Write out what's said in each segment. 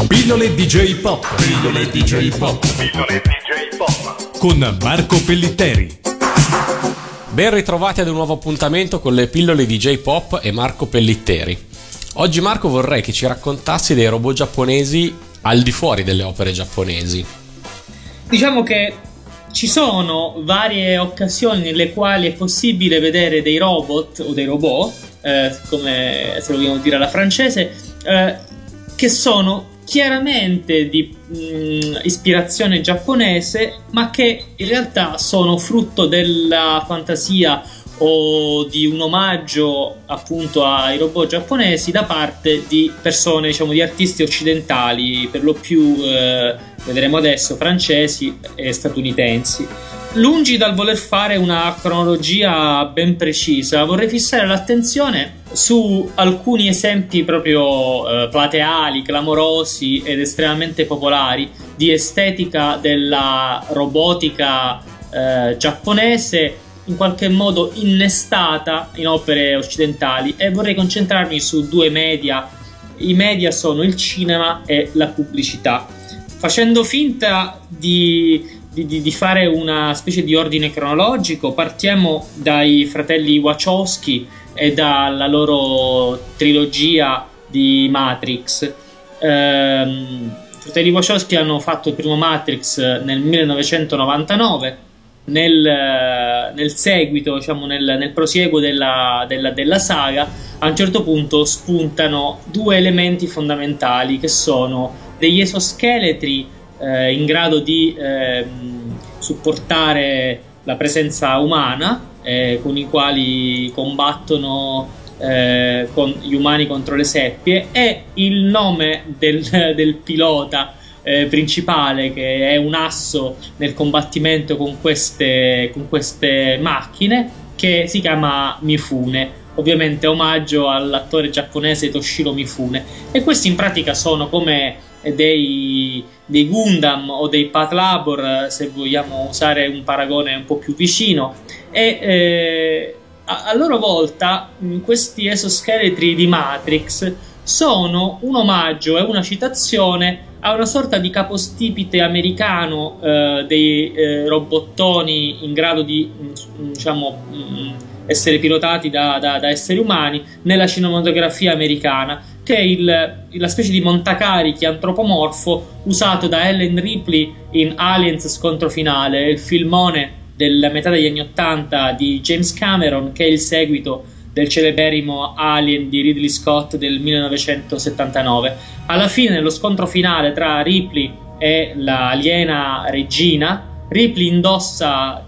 Pillole DJ Pop. Pillole DJ Pop. Pillole DJ Pop. Con Marco Pellitteri. Ben ritrovati ad un nuovo appuntamento con le pillole DJ Pop e Marco Pellitteri. Oggi Marco vorrei che ci raccontassi dei robot giapponesi al di fuori delle opere giapponesi. Diciamo che ci sono varie occasioni nelle quali è possibile vedere dei robot o dei robot, come se lo vogliamo dire alla francese, che sono chiaramente di ispirazione giapponese, ma che in realtà sono frutto della fantasia o di un omaggio appunto ai robot giapponesi da parte di persone, diciamo, di artisti occidentali, per lo più vedremo adesso francesi e statunitensi. Lungi dal voler fare una cronologia ben precisa, vorrei fissare l'attenzione su alcuni esempi proprio plateali, clamorosi ed estremamente popolari di estetica della robotica giapponese, in qualche modo innestata in opere occidentali, e vorrei concentrarmi su due media. I media sono il cinema e la pubblicità. Facendo finta di fare una specie di ordine cronologico, partiamo dai fratelli Wachowski e dalla loro trilogia di Matrix. I fratelli Wachowski hanno fatto il primo Matrix nel 1999. Nel seguito, diciamo nel prosieguo della saga, a un certo punto spuntano due elementi fondamentali, che sono degli esoscheletri in grado di supportare la presenza umana, con i quali combattono con gli umani contro le seppie, e il nome del pilota principale, che è un asso nel combattimento con queste macchine, che si chiama Mifune, ovviamente omaggio all'attore giapponese Toshiro Mifune. E questi in pratica sono come dei Gundam o dei Patlabor, se vogliamo usare un paragone un po' più vicino, e a loro volta questi esoscheletri di Matrix sono un omaggio e una citazione a una sorta di capostipite americano dei robottoni in grado di essere pilotati da esseri umani nella cinematografia americana, che è la specie di montacarichi antropomorfo usato da Ellen Ripley in Aliens Scontro Finale, il filmone della metà degli anni '80 di James Cameron, che è il seguito del celeberrimo Alien di Ridley Scott del 1979. Alla fine, nello scontro finale tra Ripley e l'aliena regina, Ripley indossa,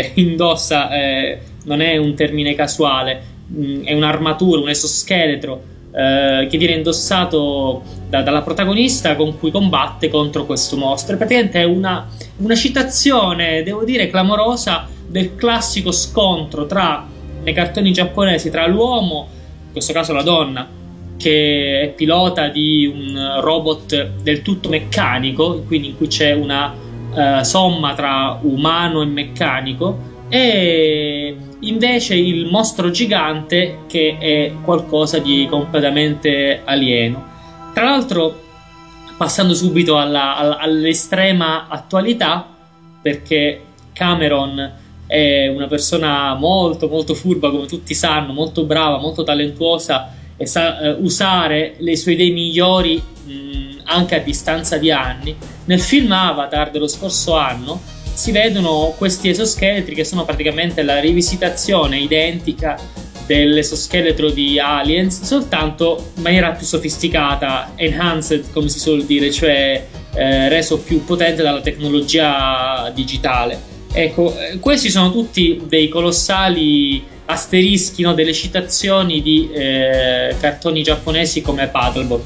non è un termine casuale, è un'armatura, un esoscheletro che viene indossato dalla protagonista, con cui combatte contro questo mostro. E praticamente è una citazione, devo dire, clamorosa del classico scontro nei cartoni giapponesi tra l'uomo, in questo caso la donna, che è pilota di un robot del tutto meccanico, quindi in cui c'è una somma tra umano e meccanico, e invece il mostro gigante, che è qualcosa di completamente alieno. Tra l'altro, passando subito all'estrema attualità, perché Cameron è una persona molto molto furba, come tutti sanno, molto brava, molto talentuosa, e sa usare le sue idee migliori anche a distanza di anni. Nel film Avatar dello scorso anno si vedono questi esoscheletri, che sono praticamente la rivisitazione identica dell'esoscheletro di Aliens, soltanto in maniera più sofisticata, enhanced, come si suol dire, cioè reso più potente dalla tecnologia digitale. Ecco, questi sono tutti dei colossali asterischi, no, delle citazioni di cartoni giapponesi come Paddleball.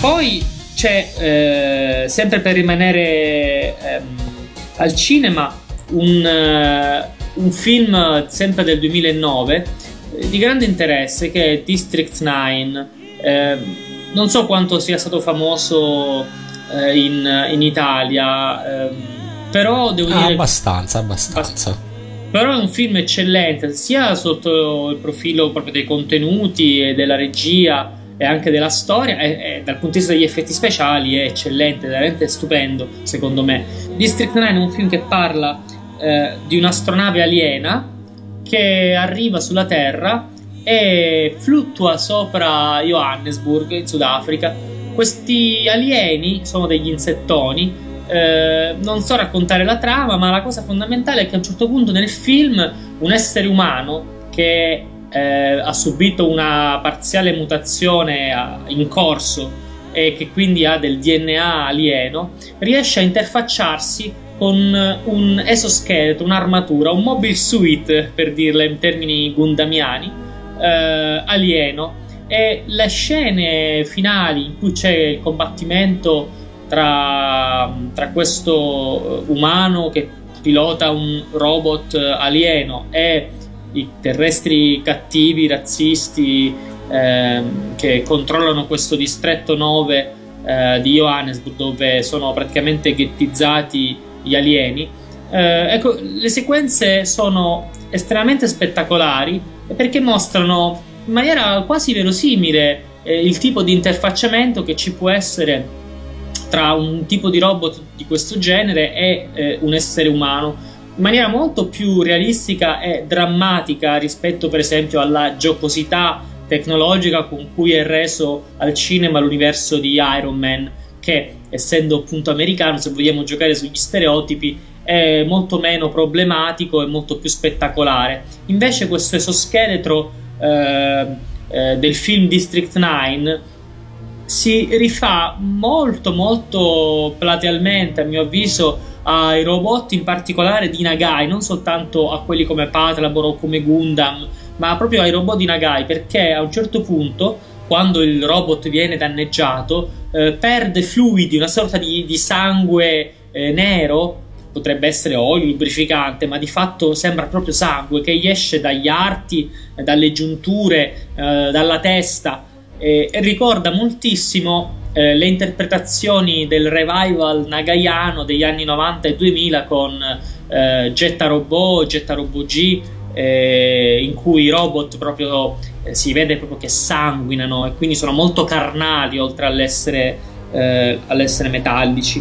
Poi c'è, sempre per rimanere al cinema, un film sempre del 2009 di grande interesse, che è District 9. Non so quanto sia stato famoso in Italia, però devo dire abbastanza. Però è un film eccellente, sia sotto il profilo proprio dei contenuti e della regia e anche della storia, e dal punto di vista degli effetti speciali è eccellente, veramente stupendo secondo me. District 9 è un film che parla di un'astronave aliena che arriva sulla Terra e fluttua sopra Johannesburg in Sudafrica. Questi alieni sono degli insettoni. Non so raccontare la trama, ma la cosa fondamentale è che a un certo punto nel film un essere umano che ha subito una parziale mutazione in corso e che quindi ha del DNA alieno, riesce a interfacciarsi con un esoscheletro, un'armatura, un mobile suit, per dirla in termini gundamiani, alieno. E le scene finali in cui c'è il combattimento tra questo umano che pilota un robot alieno e i terrestri cattivi, razzisti, che controllano questo distretto 9 di Johannesburg, dove sono praticamente ghettizzati gli alieni. Ecco, le sequenze sono estremamente spettacolari perché mostrano in maniera quasi verosimile il tipo di interfacciamento che ci può essere tra un tipo di robot di questo genere e un essere umano, in maniera molto più realistica e drammatica rispetto per esempio alla giocosità tecnologica con cui è reso al cinema l'universo di Iron Man, che essendo appunto americano, se vogliamo giocare sugli stereotipi, è molto meno problematico e molto più spettacolare. Invece questo esoscheletro del film District 9 si rifà molto platealmente, a mio avviso, ai robot, in particolare di Nagai, non soltanto a quelli come Patlabor o come Gundam, ma proprio ai robot di Nagai, perché a un certo punto, quando il robot viene danneggiato, perde fluidi, una sorta di sangue nero, potrebbe essere olio, lubrificante, ma di fatto sembra proprio sangue che gli esce dagli arti, dalle giunture, dalla testa. E ricorda moltissimo le interpretazioni del revival nagaiano degli anni 90 e 2000 con Getta Robot G, in cui i robot proprio si vede proprio che sanguinano e quindi sono molto carnali, oltre all'essere metallici.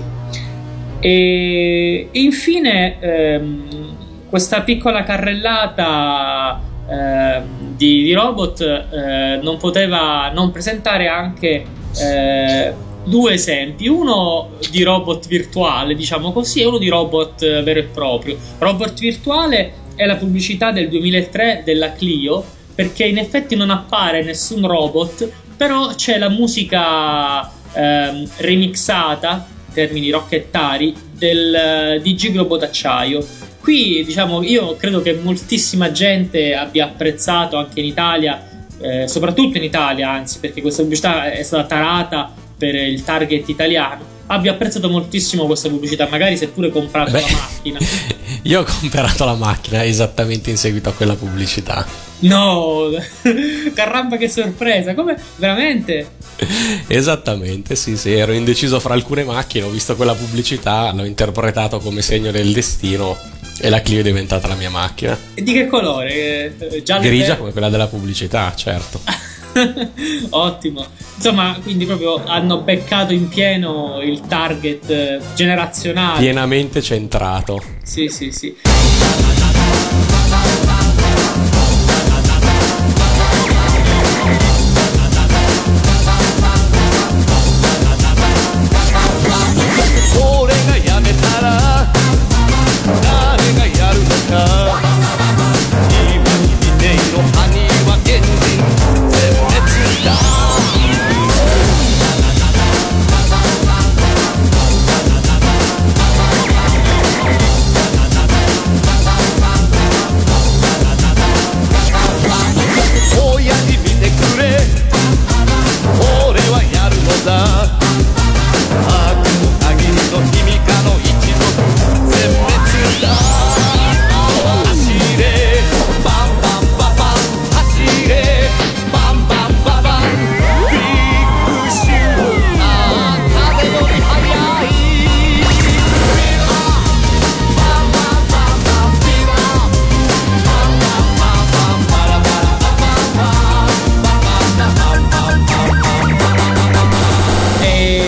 E infine questa piccola carrellata di robot non poteva non presentare anche due esempi, uno di robot virtuale, diciamo così, e uno di robot vero e proprio. Robot virtuale è la pubblicità del 2003 della Clio, perché in effetti non appare nessun robot, però c'è la musica remixata, in termini rockettari, del Digiglobot Acciaio. Qui, diciamo, io credo che moltissima gente abbia apprezzato anche in Italia, soprattutto in Italia, anzi, perché questa pubblicità è stata tarata per il target italiano. Abbia apprezzato moltissimo questa pubblicità, magari si è pure comprato la macchina. Io ho comprato la macchina esattamente in seguito a quella pubblicità. No, caramba, che sorpresa! Come? Veramente? Esattamente, sì, ero indeciso fra alcune macchine, ho visto quella pubblicità, l'ho interpretato come segno del destino e la Clio è diventata la mia macchina. E di che colore? Giallo? Grigia come quella della pubblicità, certo. Ottimo. Insomma, quindi proprio hanno beccato in pieno il target generazionale. Pienamente centrato. Sì.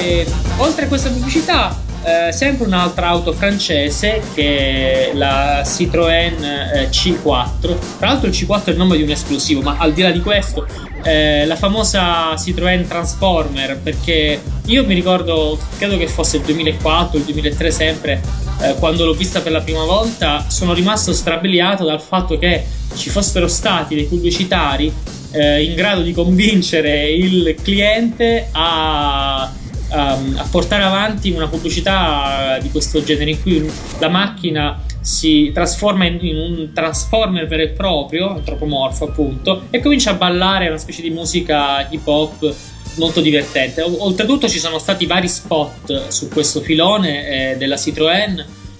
E oltre a questa pubblicità, sempre un'altra auto francese che è la Citroën C4. Tra l'altro il C4 è il nome di un esplosivo, ma al di là di questo, la famosa Citroën Transformer, perché io mi ricordo, credo che fosse il 2004, il 2003 sempre, quando l'ho vista per la prima volta, sono rimasto strabiliato dal fatto che ci fossero stati dei pubblicitari in grado di convincere il cliente a portare avanti una pubblicità di questo genere, in cui la macchina si trasforma in un transformer vero e proprio, antropomorfo appunto, e comincia a ballare una specie di musica hip hop molto divertente. Oltretutto ci sono stati vari spot su questo filone della Citroën,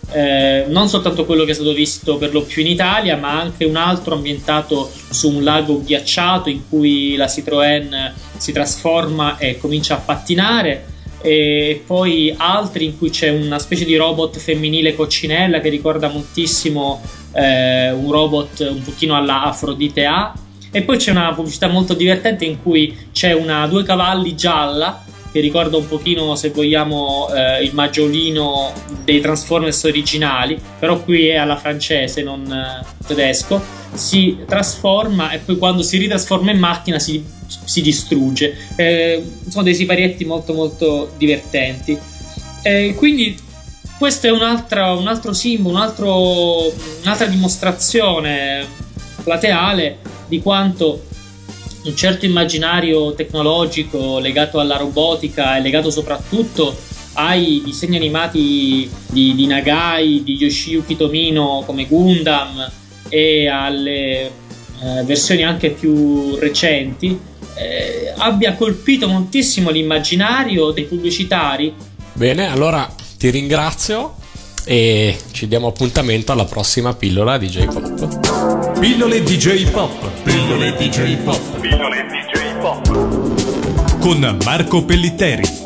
non soltanto quello che è stato visto per lo più in Italia, ma anche un altro ambientato su un lago ghiacciato in cui la Citroën si trasforma e comincia a pattinare, e poi altri in cui c'è una specie di robot femminile coccinella che ricorda moltissimo un robot un pochino alla Afrodite A. E poi c'è una pubblicità molto divertente in cui c'è una 2 cavalli gialla che ricorda un pochino, se vogliamo, il maggiolino dei Transformers originali, però qui è alla francese, non tedesco. Si trasforma e poi quando si ritrasforma in macchina si distrugge. Sono dei siparietti molto molto divertenti. Quindi questo è un altro simbolo, un'altra dimostrazione plateale di quanto un certo immaginario tecnologico legato alla robotica e legato soprattutto ai disegni animati di Nagai, di Yoshiyuki Tomino come Gundam, e alle versioni anche più recenti, abbia colpito moltissimo l'immaginario dei pubblicitari. Bene, allora ti ringrazio e ci diamo appuntamento alla prossima pillola DJ Pop. Pillole DJ Pop. Pillole DJ Pop. Pillole DJ Pop. Con Marco Pellitteri.